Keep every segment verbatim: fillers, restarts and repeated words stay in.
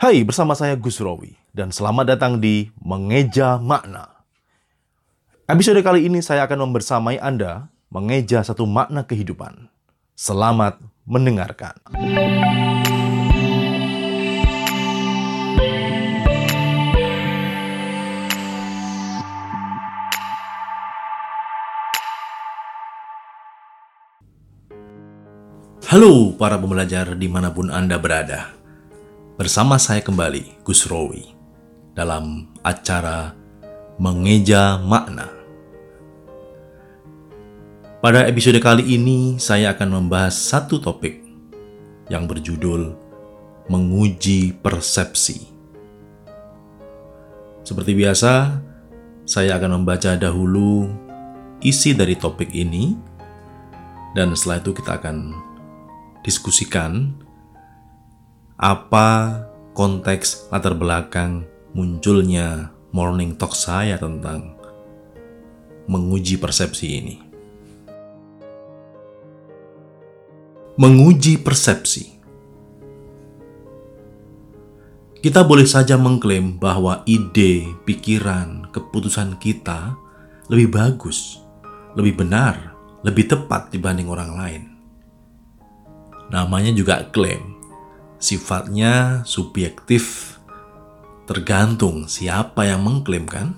Hai, bersama saya Gus Rowi, dan selamat datang di Mengeja Makna. Episode kali ini saya akan membersamai Anda mengeja satu makna kehidupan. Selamat mendengarkan. Halo para pembelajar dimanapun Anda berada. Bersama saya kembali, Gus Rowi, dalam acara Mengeja Makna. Pada episode kali ini, saya akan membahas satu topik yang berjudul Menguji Persepsi. Seperti biasa, saya akan membaca dahulu isi dari topik ini, dan setelah itu kita akan diskusikan apa konteks latar belakang munculnya morning talk saya tentang menguji persepsi ini. Menguji persepsi. Kita boleh saja mengklaim bahwa ide, pikiran, keputusan kita lebih bagus, lebih benar, lebih tepat dibanding orang lain. Namanya juga klaim. Sifatnya subjektif, tergantung siapa yang mengklaim, kan?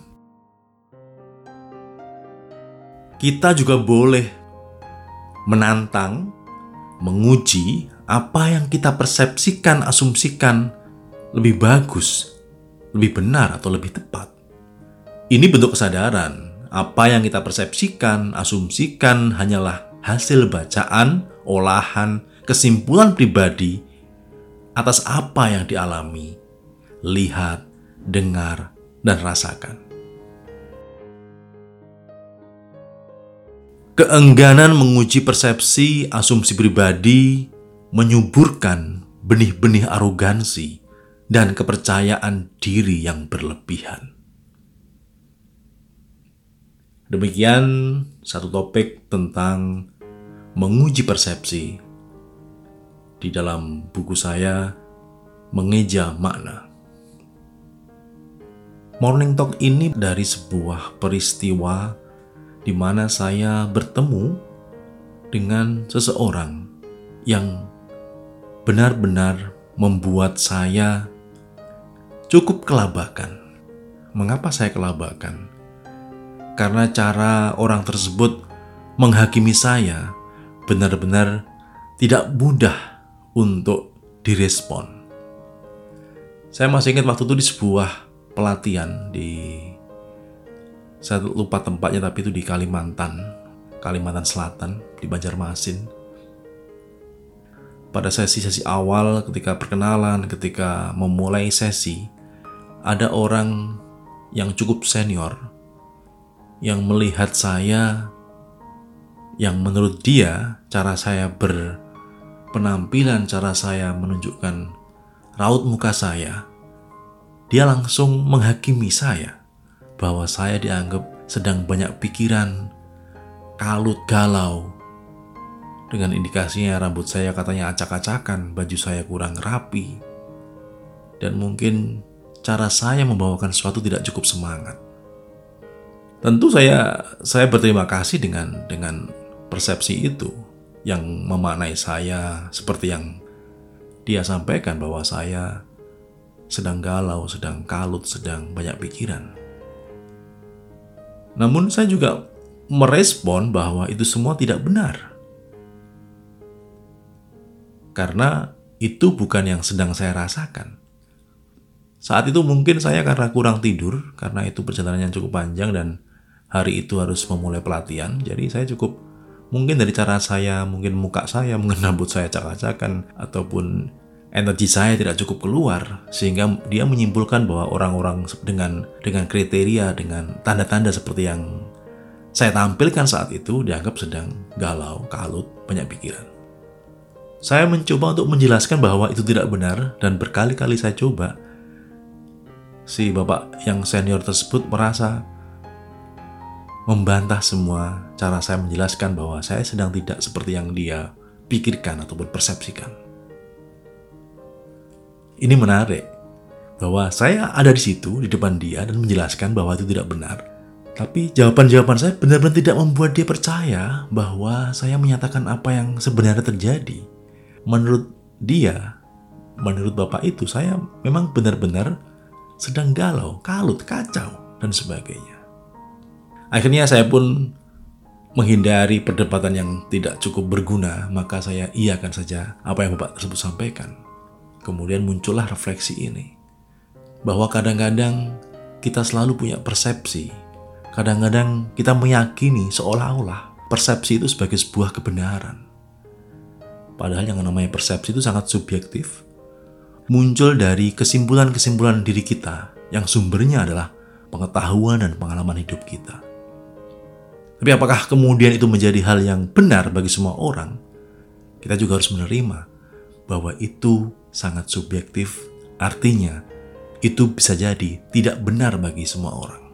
Kita juga boleh menantang, menguji apa yang kita persepsikan, asumsikan lebih bagus, lebih benar atau lebih tepat. Ini bentuk kesadaran. Apa yang kita persepsikan, asumsikan hanyalah hasil bacaan, olahan, kesimpulan pribadi atas apa yang dialami, lihat, dengar, dan rasakan. Keengganan menguji persepsi, asumsi pribadi menyuburkan benih-benih arogansi dan kepercayaan diri yang berlebihan. Demikian satu topik tentang menguji persepsi di dalam buku saya, Mengeja Makna. Morning Talk ini dari sebuah peristiwa di mana saya bertemu dengan seseorang yang benar-benar membuat saya cukup kelabakan. Mengapa saya kelabakan? Karena cara orang tersebut menghakimi saya benar-benar tidak mudah untuk direspon. Saya masih ingat waktu itu di sebuah pelatihan di, saya lupa tempatnya, tapi itu di Kalimantan, Kalimantan Selatan, di Banjarmasin. Pada sesi-sesi awal, ketika perkenalan, ketika memulai sesi, ada orang yang cukup senior yang melihat saya, yang menurut dia cara saya ber penampilan, cara saya menunjukkan raut muka saya, dia langsung menghakimi saya bahwa saya dianggap sedang banyak pikiran, kalut, galau. Dengan indikasinya rambut saya katanya acak-acakan, baju saya kurang rapi, dan mungkin cara saya membawakan sesuatu tidak cukup semangat. Tentu saya saya berterima kasih dengan dengan persepsi itu yang memaknai saya seperti yang dia sampaikan, bahwa saya sedang galau, sedang kalut, sedang banyak pikiran. Namun saya juga merespon bahwa itu semua tidak benar. Karena itu bukan yang sedang saya rasakan. Saat itu mungkin saya karena kurang tidur, karena itu perjalanan yang cukup panjang dan hari itu harus memulai pelatihan. Jadi saya cukup, mungkin dari cara saya, mungkin muka saya, mungkin rambut saya acak-acakan, ataupun energi saya tidak cukup keluar, sehingga dia menyimpulkan bahwa orang-orang dengan dengan kriteria, dengan tanda-tanda seperti yang saya tampilkan saat itu dianggap sedang galau, kalut, banyak pikiran. Saya mencoba untuk menjelaskan bahwa itu tidak benar, dan berkali-kali saya coba. Si bapak yang senior tersebut merasa membantah semua cara saya menjelaskan bahwa saya sedang tidak seperti yang dia pikirkan ataupun persepsikan. Ini menarik, bahwa saya ada di situ di depan dia dan menjelaskan bahwa itu tidak benar. Tapi jawaban-jawaban saya benar-benar tidak membuat dia percaya bahwa saya menyatakan apa yang sebenarnya terjadi. Menurut dia, menurut bapak itu, saya memang benar-benar sedang galau, kalut, kacau, dan sebagainya. Akhirnya saya pun menghindari perdebatan yang tidak cukup berguna, maka saya iakan saja apa yang bapak tersebut sampaikan. Kemudian muncullah refleksi ini, bahwa kadang-kadang kita selalu punya persepsi. Kadang-kadang kita meyakini seolah-olah persepsi itu sebagai sebuah kebenaran. Padahal yang namanya persepsi itu sangat subjektif, muncul dari kesimpulan-kesimpulan diri kita yang sumbernya adalah pengetahuan dan pengalaman hidup kita. Tapi apakah kemudian itu menjadi hal yang benar bagi semua orang? Kita juga harus menerima bahwa itu sangat subjektif, artinya itu bisa jadi tidak benar bagi semua orang.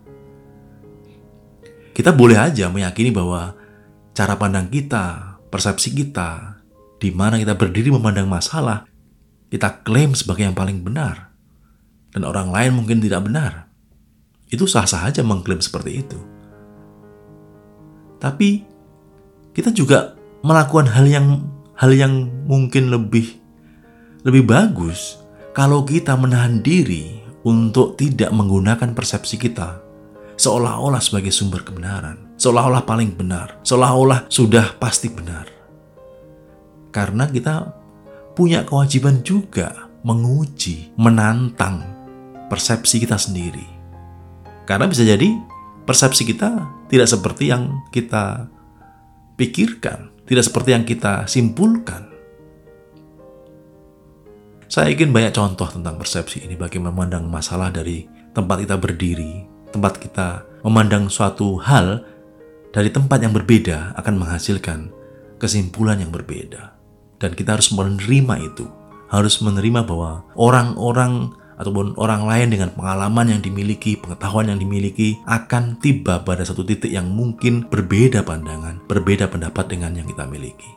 Kita boleh aja meyakini bahwa cara pandang kita, persepsi kita, di mana kita berdiri memandang masalah, kita klaim sebagai yang paling benar, dan orang lain mungkin tidak benar. Itu sah-sah aja mengklaim seperti itu. Tapi kita juga melakukan hal yang hal yang mungkin lebih lebih bagus kalau kita menahan diri untuk tidak menggunakan persepsi kita seolah-olah sebagai sumber kebenaran, seolah-olah paling benar, seolah-olah sudah pasti benar. Karena kita punya kewajiban juga menguji, menantang persepsi kita sendiri. Karena bisa jadi persepsi kita tidak seperti yang kita pikirkan, tidak seperti yang kita simpulkan. Saya yakin banyak contoh tentang persepsi ini, bagaimana memandang masalah dari tempat kita berdiri, tempat kita memandang suatu hal dari tempat yang berbeda akan menghasilkan kesimpulan yang berbeda. Dan kita harus menerima itu, harus menerima bahwa orang-orang ataupun orang lain dengan pengalaman yang dimiliki, pengetahuan yang dimiliki akan tiba pada satu titik yang mungkin berbeda pandangan, berbeda pendapat dengan yang kita miliki.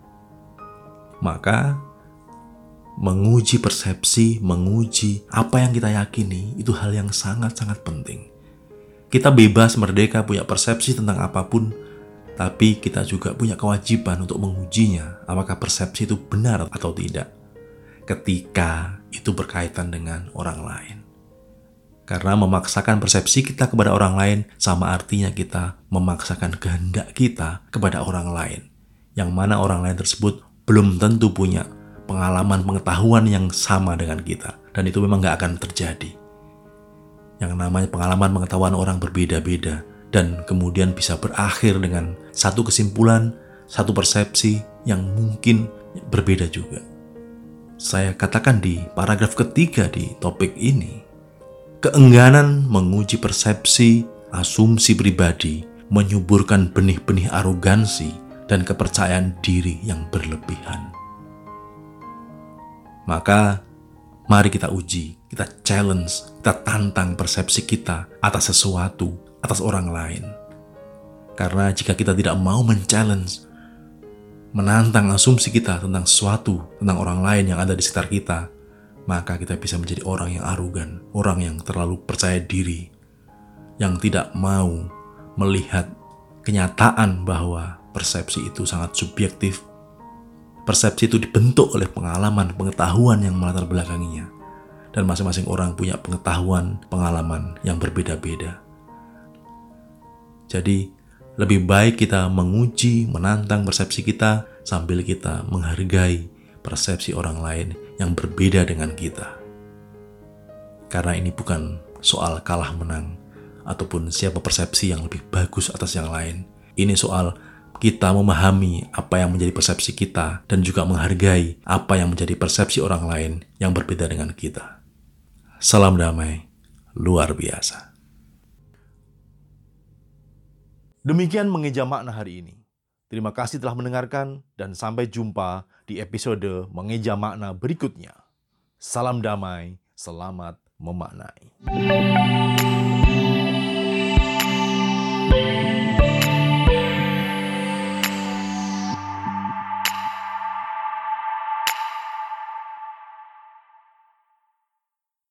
Maka menguji persepsi, menguji apa yang kita yakini, itu hal yang sangat-sangat penting. Kita bebas, merdeka, punya persepsi tentang apapun, tapi kita juga punya kewajiban untuk mengujinya, apakah persepsi itu benar atau tidak, ketika itu berkaitan dengan orang lain. Karena memaksakan persepsi kita kepada orang lain sama artinya kita memaksakan kehendak kita kepada orang lain, yang mana orang lain tersebut belum tentu punya pengalaman pengetahuan yang sama dengan kita, dan itu memang gak akan terjadi. Yang namanya pengalaman pengetahuan orang berbeda-beda, dan kemudian bisa berakhir dengan satu kesimpulan, satu persepsi yang mungkin berbeda juga. Saya katakan di paragraf ketiga di topik ini, keengganan menguji persepsi, asumsi pribadi, menyuburkan benih-benih arogansi dan kepercayaan diri yang berlebihan. Maka mari kita uji, kita challenge, kita tantang persepsi kita atas sesuatu, atas orang lain. Karena jika kita tidak mau men-challenge, menantang asumsi kita tentang sesuatu, tentang orang lain yang ada di sekitar kita, maka kita bisa menjadi orang yang arogan, orang yang terlalu percaya diri, yang tidak mau melihat kenyataan bahwa persepsi itu sangat subjektif. Persepsi itu dibentuk oleh pengalaman, pengetahuan yang melatar belakanginya. Dan masing-masing orang punya pengetahuan, pengalaman yang berbeda-beda. Jadi, lebih baik kita menguji, menantang persepsi kita sambil kita menghargai persepsi orang lain yang berbeda dengan kita. Karena ini bukan soal kalah menang ataupun siapa persepsi yang lebih bagus atas yang lain. Ini soal kita memahami apa yang menjadi persepsi kita dan juga menghargai apa yang menjadi persepsi orang lain yang berbeda dengan kita. Salam damai, luar biasa. Demikian mengeja makna hari ini. Terima kasih telah mendengarkan dan sampai jumpa di episode mengeja makna berikutnya. Salam damai, selamat memaknai.